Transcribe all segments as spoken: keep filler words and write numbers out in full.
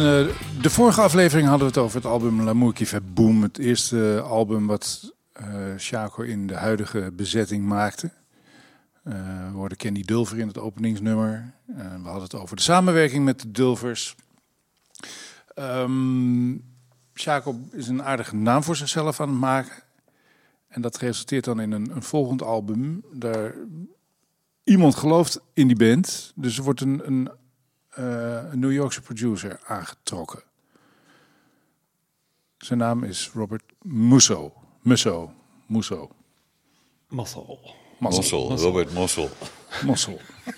uh, de vorige aflevering hadden we het over het album L'amour qui fait boom. Het eerste album wat uh, Sjaco in de huidige bezetting maakte. Uh, we hoorden Candy Dulfer in het openingsnummer. Uh, we hadden het over de samenwerking met de Dulvers. Um, Sjaco is een aardige naam voor zichzelf aan het maken. En dat resulteert dan in een, een volgend album. Daar iemand gelooft in die band. Dus er wordt een, een, uh, een New Yorkse producer aangetrokken. Zijn naam is Robert Musso. Musso. Musso. Mossel. Mossel. Mossel. Robert Mossel. Mossel.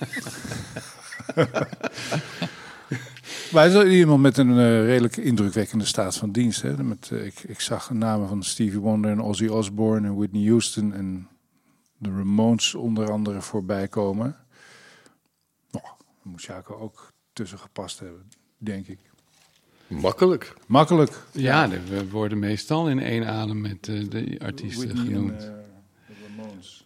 Maar hij is iemand met een uh, redelijk indrukwekkende staat van dienst. Hè? Met, uh, ik, ik zag namen van Stevie Wonder en Ozzy Osbourne en Whitney Houston en de Ramones onder andere voorbij komen. Oh, daar moet Sjaco ook tussen gepast hebben, denk ik. Makkelijk. Makkelijk. Ja, ja. We worden meestal in één adem met uh, de artiesten Whitney genoemd. En, uh, de Ramones.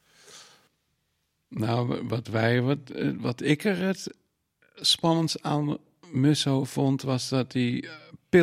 Nou, wat wij, wat, uh, wat ik er het spannendst aan Musso vond, was dat hij uh,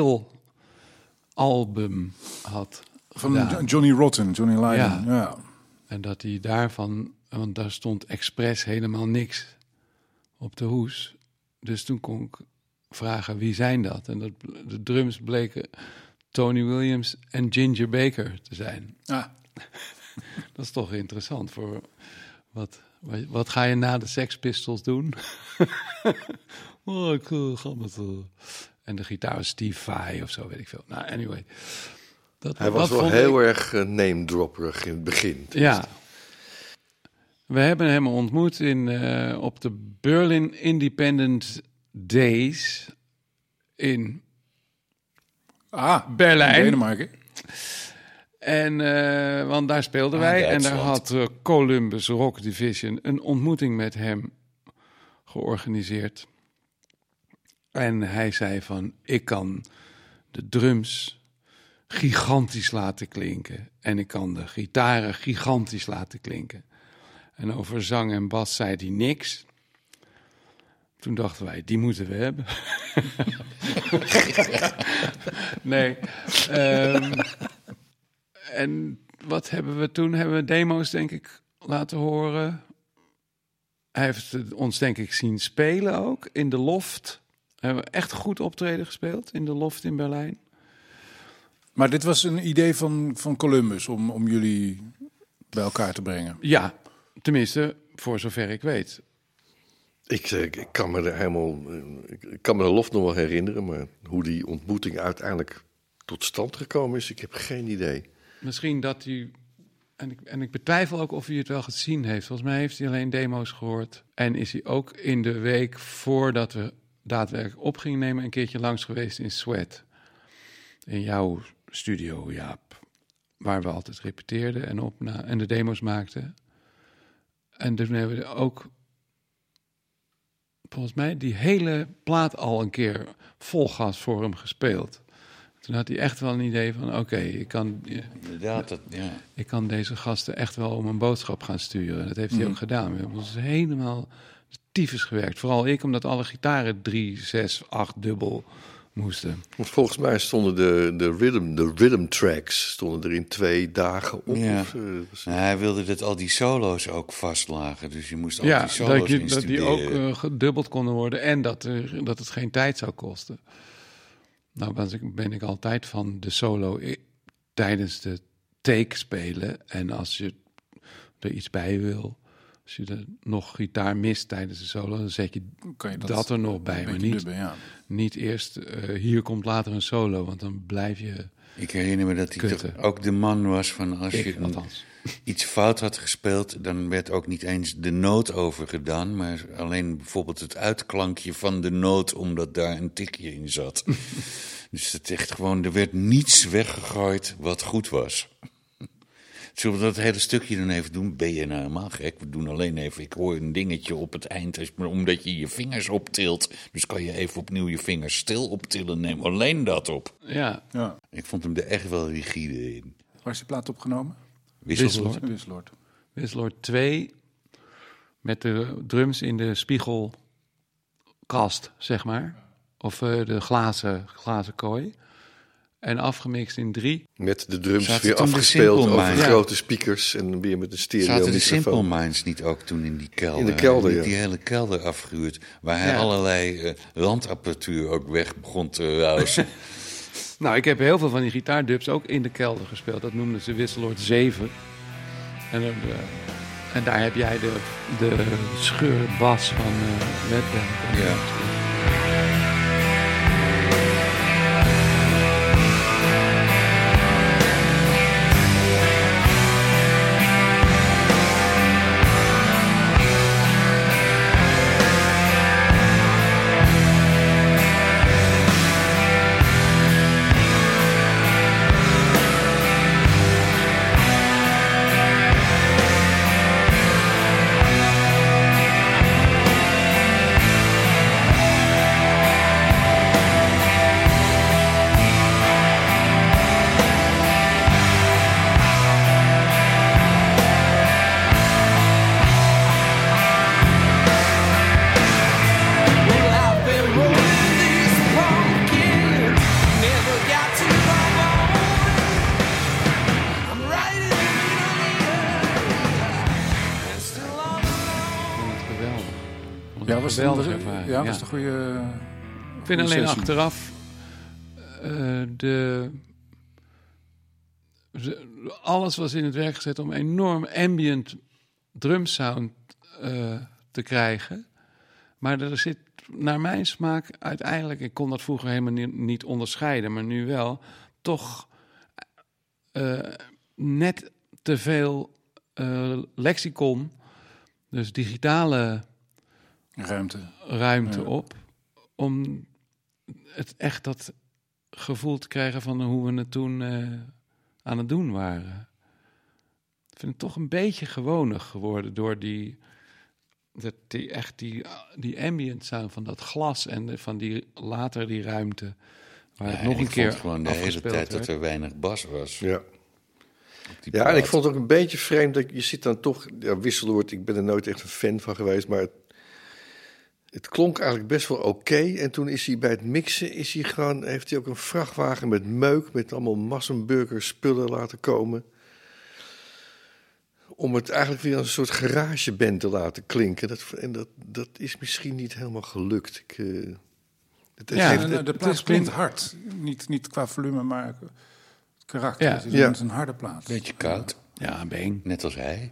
Pil-album had Van gedaan. Johnny Rotten, Johnny Lydon. Ja. Ja. En dat hij daarvan, want daar stond expres helemaal niks op de hoes. Dus toen kon ik vragen, wie zijn dat? En dat, de drums bleken Tony Williams en Ginger Baker te zijn. Ah. Dat is toch interessant. Voor wat, wat, wat ga je na de Sex Pistols doen? oh, ik uh, ga met... Uh... En de gitaar was Steve Vai of zo, weet ik veel. Nou, anyway. Dat, Hij was wel heel ik... erg uh, name-dropperig in het begin. Ja. We hebben hem ontmoet in, uh, op de Berlin Independent Days in ah, Berlijn. In Denemarken. En, uh, want daar speelden ah, wij. En daar had uh, Columbus Rock Division een ontmoeting met hem georganiseerd. En hij zei van, ik kan de drums gigantisch laten klinken. En ik kan de gitaren gigantisch laten klinken. En over zang en bas zei hij niks. Toen dachten wij, die moeten we hebben. nee. Um, en wat hebben we toen? Hebben we demo's, denk ik, laten horen. Hij heeft ons, denk ik, zien spelen ook. In de Loft. Hebben we echt goed optreden gespeeld. In de Loft in Berlijn. Maar dit was een idee van, van Columbus om, om jullie bij elkaar te brengen? Ja, tenminste, voor zover ik weet. Ik, ik kan me er helemaal, ik kan me de Loft nog wel herinneren, maar hoe die ontmoeting uiteindelijk tot stand gekomen is, ik heb geen idee. Misschien dat hij, en ik, en ik betwijfel ook of hij het wel gezien heeft. Volgens mij heeft hij alleen demo's gehoord. En is hij ook in de week voordat we daadwerkelijk op gingen nemen een keertje langs geweest in Sweat. In jouw studio, Jaap. Waar we altijd repeteerden en, opna- en de demo's maakten. En toen hebben we ook, volgens mij, die hele plaat al een keer vol gas voor hem gespeeld. Toen had hij echt wel een idee van, oké, okay, ik kan, Inderdaad, dat, ja. ik kan deze gasten echt wel om een boodschap gaan sturen. Dat heeft hij mm. ook gedaan. We hebben ons helemaal tyfus gewerkt. Vooral ik, omdat alle gitaren drie, zes, acht dubbel moesten. Want volgens mij stonden de, de, rhythm, de rhythm tracks stonden er in twee dagen op. Ja. Of, uh, nou, hij wilde dat al die solo's ook vastlagen. Dus je moest al ja, die solo's dat, je, instuderen. dat die ook uh, gedubbeld konden worden en dat, uh, dat het geen tijd zou kosten. Nou was ik, ben ik altijd van de solo i- tijdens de take spelen. En als je er iets bij wil, als je er nog gitaar mist tijdens de solo, dan zet je, kan je dat, dat er nog bij. Maar niet, dubben, ja. niet eerst, uh, hier komt later een solo, want dan blijf je... Ik herinner me dat hij kutten. toch ook de man was van als Ik, je een, althans. iets fout had gespeeld, dan werd ook niet eens de noot overgedaan, maar alleen bijvoorbeeld het uitklankje van de noot, omdat daar een tikje in zat. Dus het echt gewoon, er werd niets weggegooid wat goed was. Zullen we dat hele stukje dan even doen? Ben je nou helemaal gek? We doen alleen even, ik hoor een dingetje op het eind, als, omdat je je vingers optilt. Dus kan je even opnieuw je vingers stil optillen, neem alleen dat op. Ja. Ja. Ik vond hem er echt wel rigide in. Waar is die plaat opgenomen? Wisselwoord. Wisseloord. Wisseloord twee, met de drums in de spiegelkast, zeg maar. Of uh, de glazen, glazen kooi. En afgemixt in drie. Met de drums Zaten weer toen de afgespeeld Simple over Minds? grote speakers en weer met een stereo Zaten de microfoon. Simple Minds niet ook toen in die kelder? In de kelder, Hij liet ja. Die hele kelder afgehuurd, waar hij Ja. allerlei uh, randapparatuur ook weg begon te ruisen. Nou, ik heb heel veel van die gitaardubs ook in de kelder gespeeld. Dat noemden ze Wisseloord zeven. En, uh, en daar heb jij de, de scheurbas van uh, Wetbank. Ja. Ja, was geweldige de, ervaring. ja, Ja. was de goede. Ik vind alleen sessie. achteraf uh, de, de alles was in het werk gezet om enorm ambient drumsound uh, te krijgen. Maar er zit naar mijn smaak uiteindelijk, ik kon dat vroeger helemaal niet, niet onderscheiden, maar nu wel, toch uh, net te veel uh, lexicon, dus digitale Ruimte. ruimte Ja. op, om het echt dat gevoel te krijgen van hoe we het toen uh, aan het doen waren. Ik vind het toch een beetje gewoner geworden door die, dat die echt die, die ambient sound van dat glas en de, van die later die ruimte waar Ja, het nog en een ik keer vond gewoon de hele afgespeeld tijd werd. dat er weinig bas was. Ja. op die Ja, en ik plaat. vond het ook een beetje vreemd dat je zit dan toch... Ja, Wisseloord, ik ben er nooit echt een fan van geweest, maar het, het klonk eigenlijk best wel oké. En toen is hij bij het mixen, is hij gewoon, heeft hij ook een vrachtwagen met meuk, met allemaal Massenburger spullen laten komen. Om het eigenlijk weer als een soort garageband te laten klinken. Dat, en dat, dat is misschien niet helemaal gelukt. Ik, uh, het Ja, heeft, En, het- uh, de het plaat is klinkt klink- hard. Niet, niet qua volume, maar het karakter. Ja. Het is Ja. een, het is een harde plaat. Beetje koud, Ja, bang. net als hij.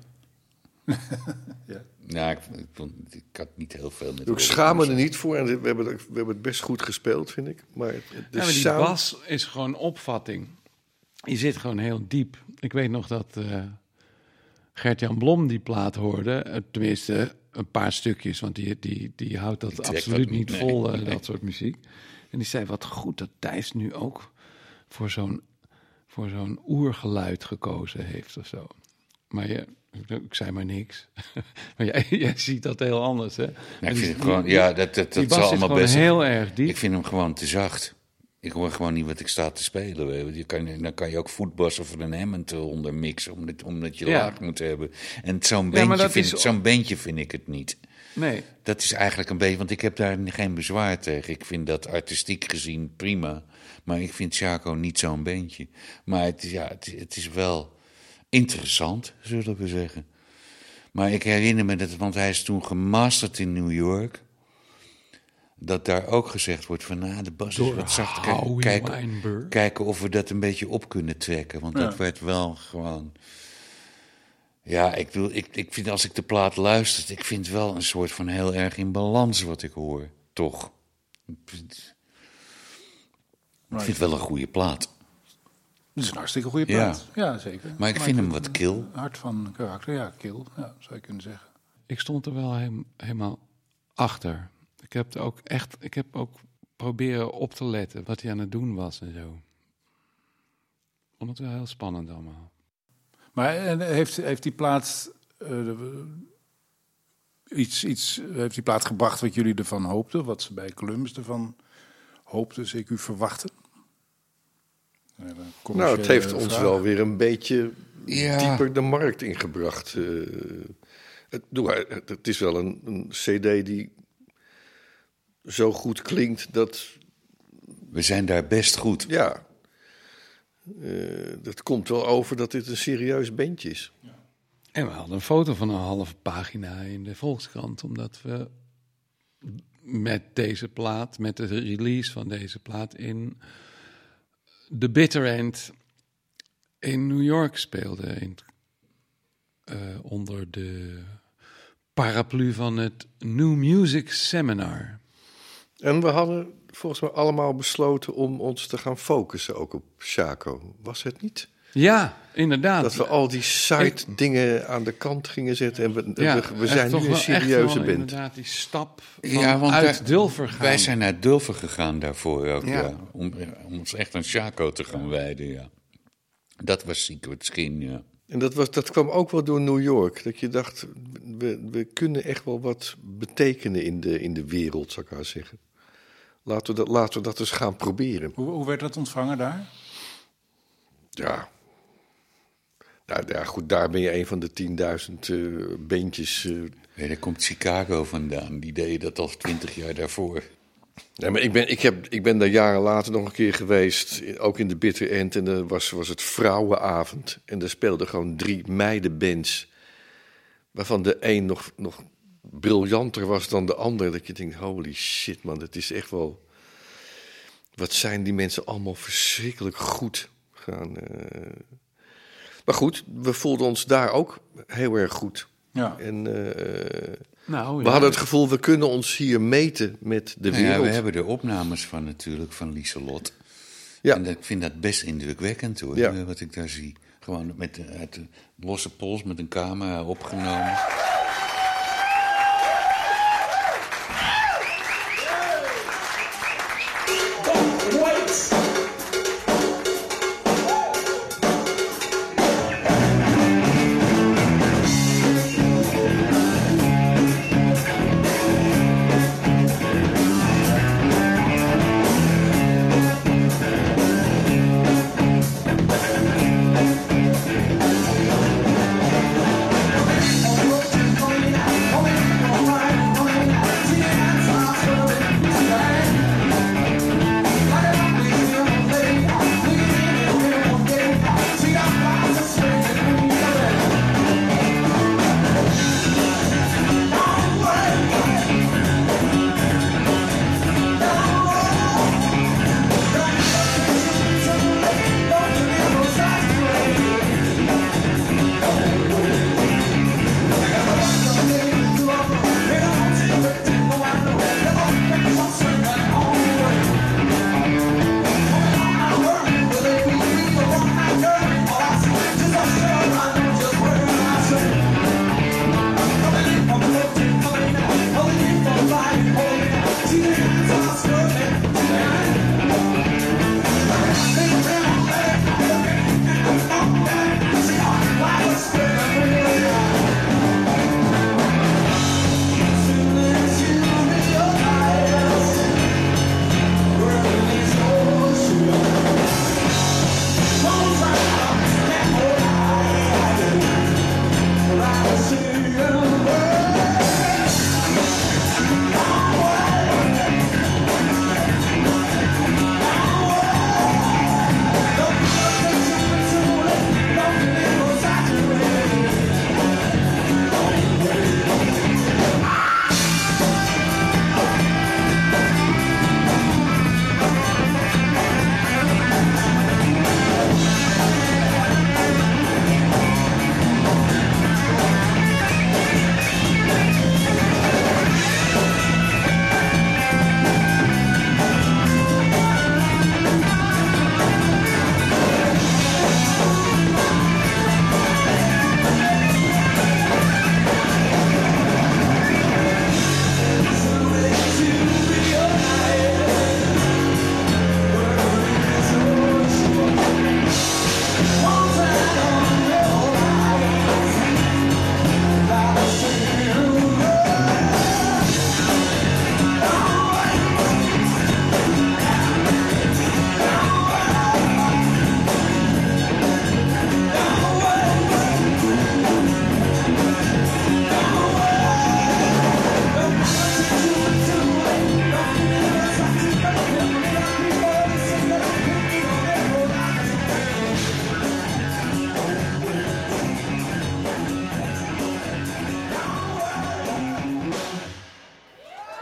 Ja. Ja, ik, ik, vond- ik had niet heel veel met ik Robert schaam me er Johnson. niet voor. En we hebben, het- we hebben het best goed gespeeld, vind ik. Maar de Ja, maar die sound... bas is gewoon opvatting. Je zit gewoon heel diep. Ik weet nog dat uh, Gert-Jan Blom die plaat hoorde. Uh, tenminste, een paar stukjes. Want die, die, die houdt dat Die trekt absoluut dat niet, niet nee. vol, uh, Nee. dat soort muziek. En die zei, wat goed dat Thijs nu ook voor zo'n, voor zo'n oergeluid gekozen heeft of zo. Maar je, ik zei maar niks. Maar jij, jij ziet dat heel anders, hè? Ja, En ik die- vind het die- gewoon, ja, dat, dat, die dat bas zal is allemaal gewoon best. heel erg diep. Ik vind hem gewoon te zacht. Ik hoor gewoon niet wat ik sta te spelen. Weet je. Je kan, dan kan je ook voetbassen of een Hammond eronder mixen, omdat, omdat je Ja. laag moet hebben. En zo'n maar bandje, dat vind, is- ik- zo'n bandje vind ik het niet. Nee. Dat is eigenlijk een beetje, want ik heb daar geen bezwaar tegen. Ik vind dat artistiek gezien prima. Maar ik vind Chaco niet zo'n bandje. Maar het, is- ja, het, is- het is wel interessant, zullen we zeggen. Maar ik herinner me dat, want hij is toen gemasterd in New York, dat daar ook gezegd wordt van, nou, de bas is wat zacht. Kijk- Howie Kijken, Weinberg. kijken of we dat een beetje op kunnen trekken. Want Ja. dat werd wel gewoon... Ja, ik, bedoel, ik, ik vind als ik de plaat luister, ik vind wel een soort van heel erg in balans wat ik hoor. Toch? Ik vind, ik vind het wel een goede plaat. Het is een hartstikke goede plaat. Ja, zeker. Maar ik vind hem wat kil. Hard van karakter, ja, kil. Ja, zou je kunnen zeggen. Ik stond er wel heem- helemaal achter. Ik heb er ook echt, ik heb ook proberen op te letten wat hij aan het doen was en zo. Ik vond het wel heel spannend allemaal. Maar en heeft, heeft die plaat uh, de- iets, iets, heeft die plaat gebracht wat jullie ervan hoopten? Wat ze bij Columbus ervan hoopten, C Q verwachten? Ja, de Nou, het commerciële heeft ons vraag. wel weer een beetje Ja. dieper de markt ingebracht. Uh, het, doe- het is wel een, een cd die zo goed klinkt dat We zijn daar best goed. Ja. Uh, dat komt wel over dat dit een serieus bandje is. Ja. En we hadden een foto van een halve pagina in de Volkskrant, omdat we met deze plaat, met de release van deze plaat in The Bitter End in New York speelden. In, uh, onder de paraplu van het New Music Seminar. En we hadden volgens mij allemaal besloten om ons te gaan focussen ook op Sjaco. Was het niet? Ja, inderdaad. Dat we al die side-dingen aan de kant gingen zetten. En we, ja, we, we zijn nu een serieuze band. Inderdaad, die stap van ja, want uit wij, Dulver gaan. Wij zijn naar Dulver gegaan daarvoor ook, ja. Ja. Ja. Om, om ons echt aan Sjaco te gaan wijden, ja. Dat was Secret Skin, ja. En dat, was, dat kwam ook wel door New York. Dat je dacht, we, we kunnen echt wel wat betekenen in de, in de wereld, zou ik maar zeggen. Laten we dat, laten we dat eens gaan proberen. Hoe, hoe werd dat ontvangen daar? Ja. Nou ja, goed, daar ben je een van de tienduizend uh, bandjes. Uh. Ja, daar komt Chicago vandaan. Die deed dat al twintig jaar daarvoor. Ja, maar ik ben, ik, heb, ik ben daar jaren later nog een keer geweest, ook in de Bitter End. En dan was, was het vrouwenavond. En daar speelden gewoon drie meidenbands. Waarvan de een nog, nog briljanter was dan de ander. Dat je denkt, holy shit man, dat is echt wel... Wat zijn die mensen allemaal verschrikkelijk goed gaan... Uh... Maar goed, we voelden ons daar ook heel erg goed. Ja. En uh, nou, we ja. hadden het gevoel, we kunnen ons hier meten met de wereld. Ja, we hebben er opnames van natuurlijk, van Lieselot. Ja. En ik vind dat best indrukwekkend hoor, Ja. wat ik daar zie. Gewoon met uit de losse pols met een camera opgenomen. Thank you.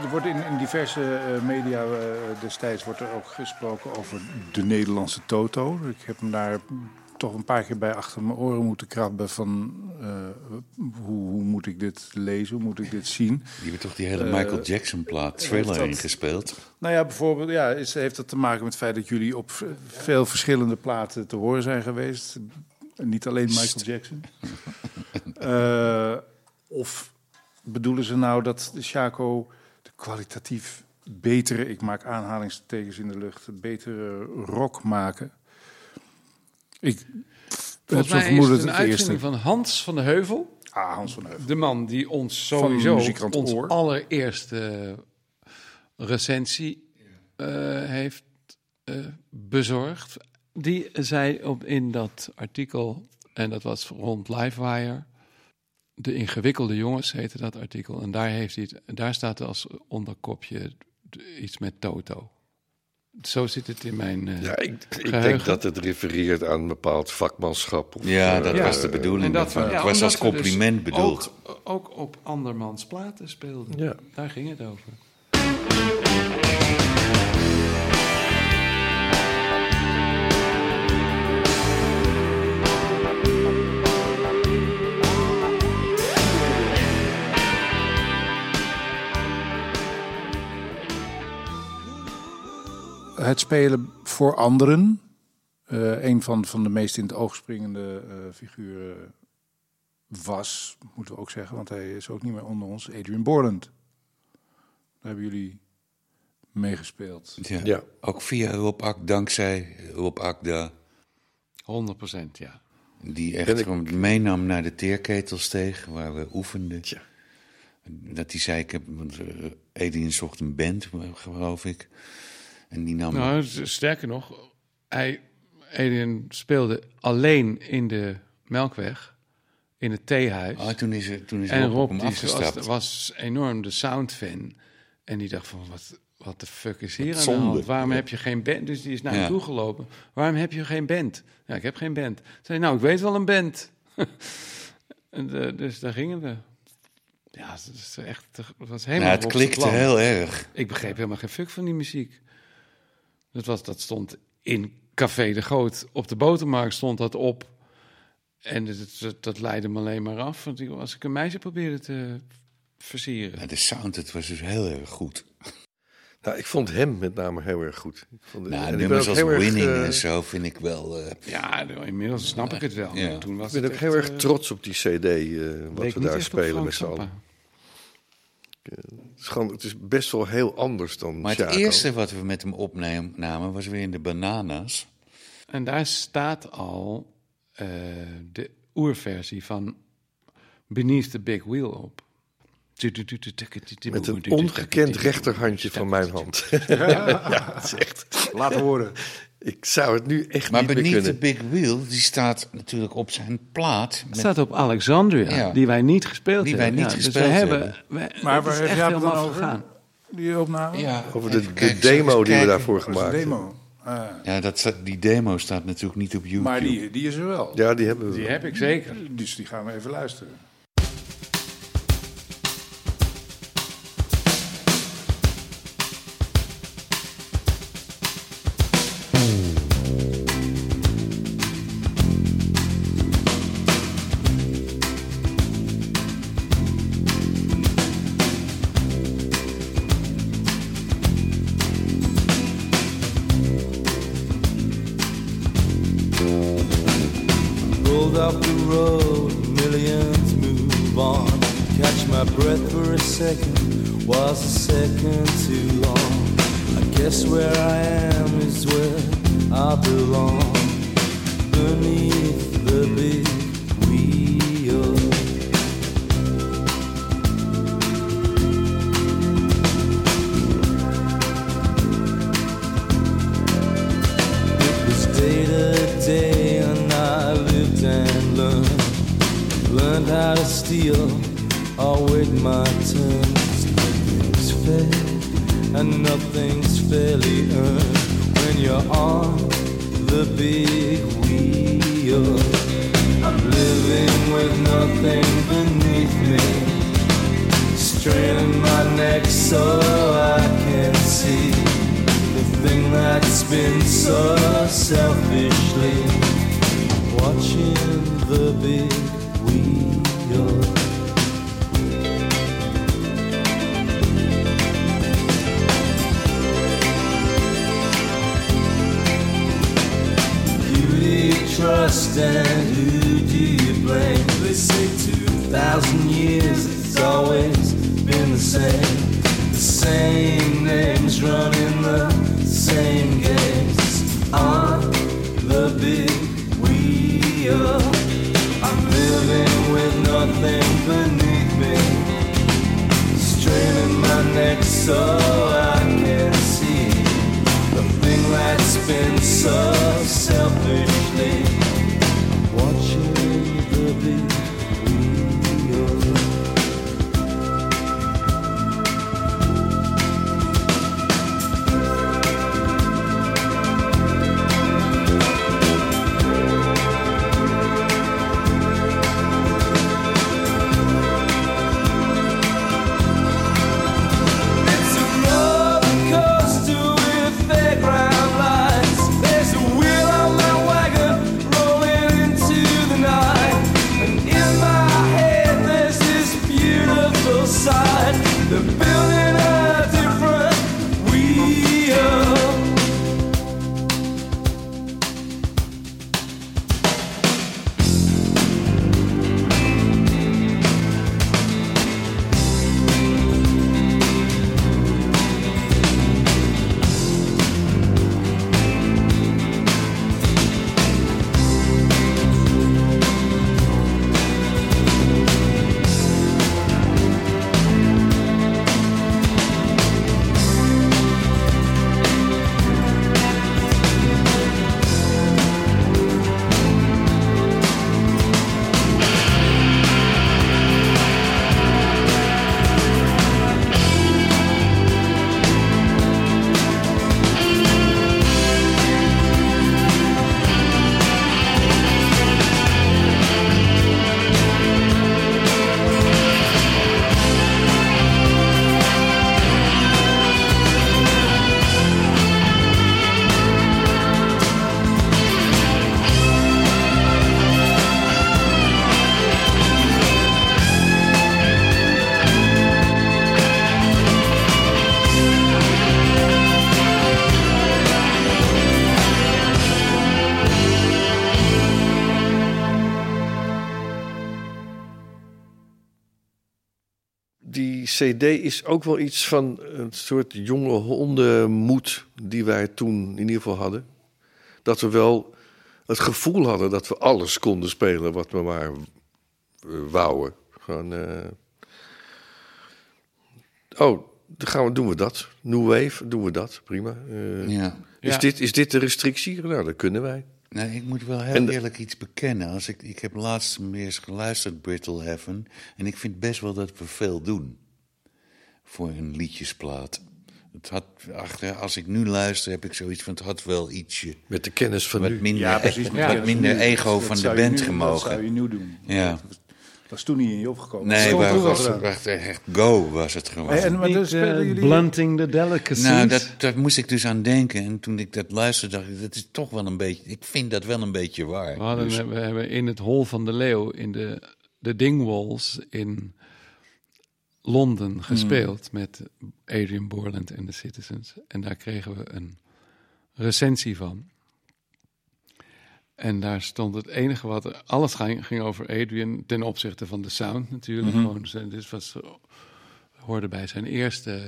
er wordt in, in diverse uh, media uh, destijds wordt er ook gesproken over de Nederlandse Toto. Ik heb hem daar toch een paar keer bij achter mijn oren moeten krabben van uh, hoe, hoe moet ik dit lezen, hoe moet ik dit zien. Die hebben toch die hele Michael uh, Jackson plaat Thriller ingespeeld? Nou ja, bijvoorbeeld, ja, is, heeft dat te maken met het feit dat jullie op veel verschillende platen te horen zijn geweest. Niet alleen Michael Jackson. uh, of bedoelen ze nou dat Sjaco de kwalitatief betere, ik maak aanhalingstekens in de lucht, betere rock maken? Ik Volgens mij is het een uitvinding van Hans van de Heuvel. Ah, Hans van de Heuvel. De man die ons sowieso ons oor. allereerste recensie uh, heeft uh, bezorgd. Die zei op, in dat artikel, en dat was rond Livewire, De Ingewikkelde Jongens heette dat artikel. En daar, heeft hij het, daar staat als onderkopje iets met Toto. Zo zit het in mijn uh, Ja, ik, ik denk dat het refereert aan een bepaald vakmanschap. Of, ja, dat uh, was de bedoeling. Dat, het ja, was als compliment dus bedoeld. Ook, ook op andermans platen speelden. Ja. Daar ging het over. Het spelen voor anderen. Uh, een van, van de meest in het oog springende uh, figuren was, moeten we ook zeggen, want hij is ook niet meer onder ons, Adrian Borland. Daar hebben jullie meegespeeld. Ja, ja. Ook via Rob Ak, dankzij Rob Akda. honderd procent, ja. Die echt ik... meenam naar de Teerketelsteeg, waar we oefenden. Tja. Dat hij zei, ik heb, want uh, Adrian zocht een band, geloof ik. En die nam... Nou, sterker nog, hij, Adrian speelde alleen in de Melkweg, in het theehuis. Oh, toen is er, toen is en Rob, Rob op hem afgestapt. Was, was enorm de soundfan. En die dacht van, wat, wat de fuck is hier wat aan zonde. de hand? Waarom ja. heb je geen band? Dus die is naar hem ja. toe gelopen. Waarom heb je geen band? Ja, ik heb geen band. Zei, nou, ik weet wel een band. en de, dus daar gingen we. Ja, het is echt, het was helemaal. Nou, het klikte heel erg. Ik begreep helemaal geen fuck van die muziek. Dat, was, dat stond in Café de Goot. Op de Botermarkt stond dat op. En dat, dat, dat leidde me alleen maar af. Want als ik een meisje probeerde te versieren. Ja, de sound, het was dus heel erg goed. Nou, ik vond hem met name heel erg goed. Ik vond nou, en nummers als Winning erg, uh, en zo vind ik wel... Uh, ja, inmiddels snap uh, ik het wel. Ja. Toen was ik ben ook heel uh, erg trots op die cd, uh, wat we daar spelen met z'n allen. Het is, gewoon, het is best wel heel anders dan Maar Sjaco. Het eerste wat we met hem opnamen was weer in de Bananas. En daar staat al uh, de oerversie van Beneath the Big Wheel op. Met een ongekend rechterhandje van mijn hand. Ja, het is echt... Laten horen. Ik zou het nu echt maar niet meer kunnen. Maar Beneath the Big Wheel, die staat natuurlijk op zijn plaat. Het staat op Alexandria, ja. die wij niet gespeeld die hebben. Die wij niet ja, gespeeld dus hebben. hebben. Wij, maar waar heb jij het dan over gegaan? Die opname? Ja, over de, de demo die we daarvoor gemaakt hebben. demo. Ah. Ja, dat, die demo staat natuurlijk niet op YouTube. Maar die, die is er wel. Ja, die hebben we Die wel. heb ik zeker. Dus die gaan we even luisteren. Off the road, millions move on. Catch my breath for a second, was a second too long. I guess where I am is where I belong. Beneath the big wheel. It was day to day and I lived and learned, learned how to steal or wait my turn. Nothing's fair and nothing's fairly earned when you're on the big wheel. I'm living with nothing beneath me, straining my neck so spin so selfishly, watching the big wheel. Beauty, trust, and who do you blame? They say two thousand years, it's always been the same. The same names running the same games on the big wheel. I'm living with nothing beneath me, straining my neck so I can see the thing that spins so selfishly, watching the big wheel. C D is ook wel iets van een soort jonge hondenmoed die wij toen in ieder geval hadden. Dat we wel het gevoel hadden dat we alles konden spelen wat we maar uh, wouden. Gewoon, uh... oh, dan gaan we, doen we dat. New Wave, doen we dat. Prima. Uh, ja. Is, ja. Dit, is dit de restrictie? Nou, dat kunnen wij. Nee, ik moet wel heel en, eerlijk iets bekennen. Als ik, ik heb laatst meer eens geluisterd, Brittle Heaven. En ik vind best wel dat we veel doen. Voor een liedjesplaat. Het had, achter, als ik nu luister, heb ik zoiets van, het had wel ietsje. Met de kennis van wat nu. Minder, ja, precies, wat ja, minder nu, ego dat, van dat de band nu, gemogen. Dat zou je nu doen. Ja. Dat was toen niet in je opgekomen. Nee, maar was, was, echt go was het gewoon. Hey, en, maar dus uh, jullie... Blunting the Delicacies. Nou, dat, dat moest ik dus aan denken. En toen ik dat luisterde, dacht ik, dat is toch wel een beetje... Ik vind dat wel een beetje waar. We, hadden, dus... we hebben in het Hol van de Leeuw, in de, de Dingwalls in Londen gespeeld hmm. met Adrian Borland en de Citizens. En daar kregen we een recensie van. En daar stond het enige wat... Alles ging, ging over Adrian ten opzichte van de sound natuurlijk. Mm-hmm. Gewoon, zijn, dit was, hoorde bij zijn eerste,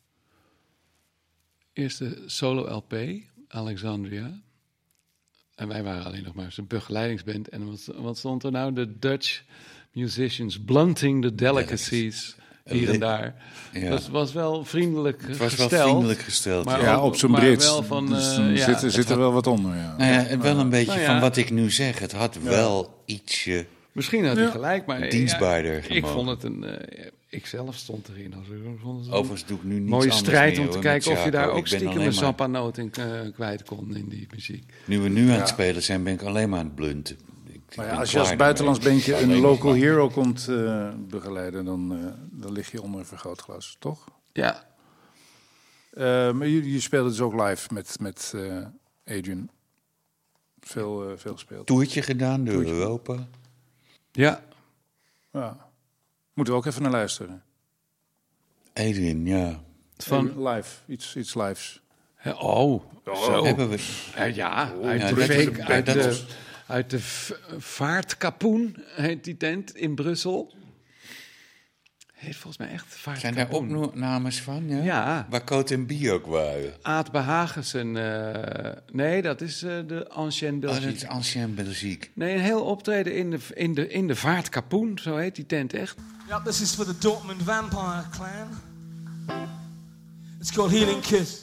eerste solo-L P, Alexandria. En wij waren alleen nog maar zijn begeleidingsband. En wat, wat stond er nou? De Dutch musicians blunting the delicacies... Hier en daar. Ja. Dat was wel vriendelijk het was gesteld. wel vriendelijk gesteld. Maar ja, ook, op zijn Brits. Wel van, dus uh, er ja, zit, zit er wel wat onder. Ja. Nou ja, en wel een beetje nou ja. van wat ik nu zeg. Het had ja. wel ietsje... Misschien had hij ja. gelijk, maar... dienstbaarder ja, ik vond het een... Uh, ik zelf stond erin. Als ik vond het Overigens doe ik nu niets mooie strijd meer, om te hoor, kijken of Jaco. je daar ook ik stiekem een maar... Zappa-noot in uh, kwijt kon in die muziek. Nu we nu ja. aan het spelen zijn, ben ik alleen maar aan het blunten. Maar ja, als je als buitenlands bandje een local hero komt uh, begeleiden, dan, uh, dan lig je onder een vergrootglas, toch? Ja. Uh, maar je, je speelde dus ook live met, met uh, Adrian. Veel, uh, veel gespeeld. Toertje gedaan door Toertje. Europa. Ja. ja. Moeten we ook even naar luisteren. Adrian, ja. Van live, iets, iets lives. Oh, oh zo. Hebben we... Uh, ja, oh, uit, ja, de, dat week, is, uit, dat de, is... uit de v- Vaartkapoen heet die tent in Brussel. Heet volgens mij echt Vaartkapoen. Zijn daar opnames van? Ja. Ja. Waar Coat en Bie ook waren. Aad Behagensen. Uh, nee, dat is uh, de Ancienne Belgique. Oh, dat is Ancienne Belgique. Nee, een heel optreden in de, in de, in de Vaartkapoen, zo heet die tent echt. Yep, this is for the Dortmund Vampire Clan. It's called Healing Kiss.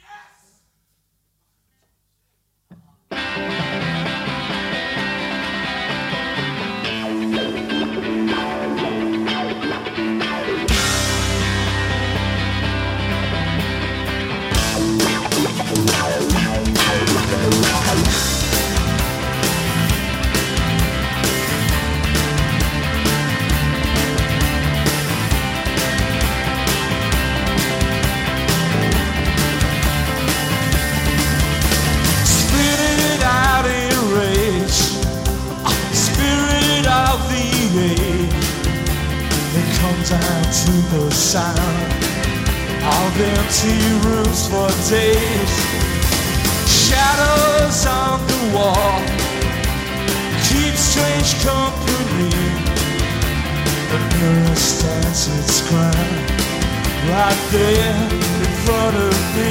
To the sound of empty rooms for days, shadows on the wall keep strange company. The mirror stands its ground right there in front of me.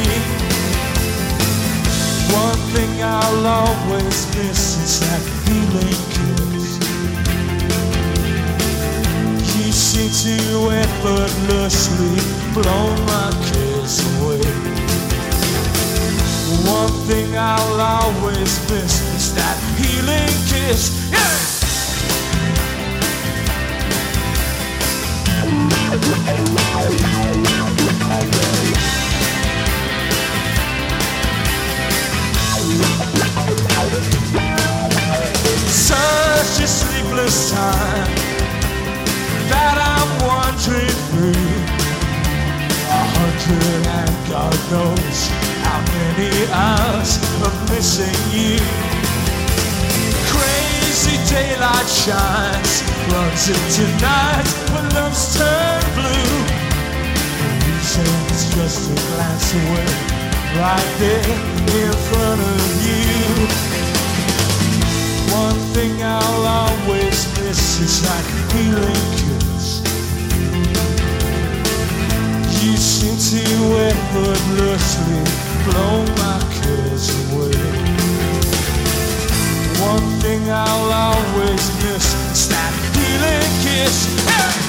One thing I'll always miss is that feeling kiss. Seem to effortlessly blow my cares away. One thing I'll always miss is that healing kiss. Yeah! Such a sleepless time that I'm wandering through. A hundred and God knows how many hours of missing you. Crazy daylight shines, runs into night when love's turned blue. The reason's just a glance away, right there in front of you. One thing I'll always miss is that healing kiss. You seem to effortlessly blow my cares away. One thing I'll always miss is that healing kiss. Hey!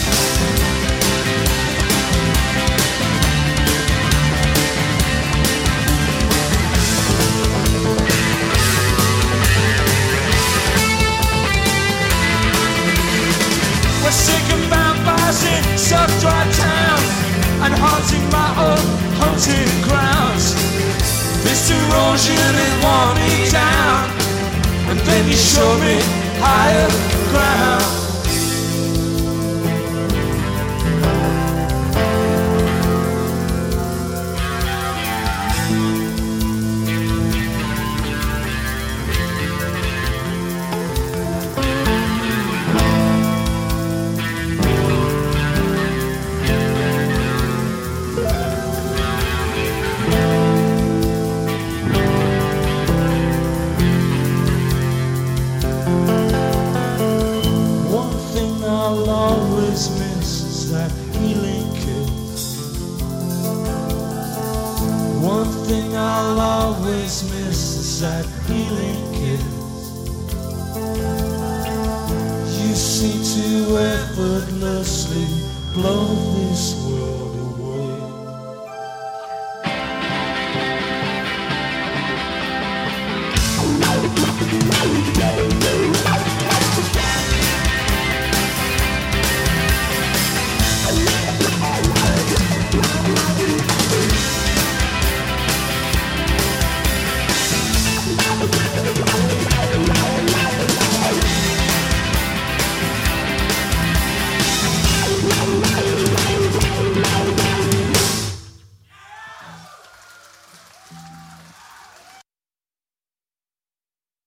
We're sick of vampires in such dry towns and haunting my own haunted grounds. This erosion it wore me down, and then you show me higher ground. I'll always miss is that healing kiss. You seem to effortlessly blow this world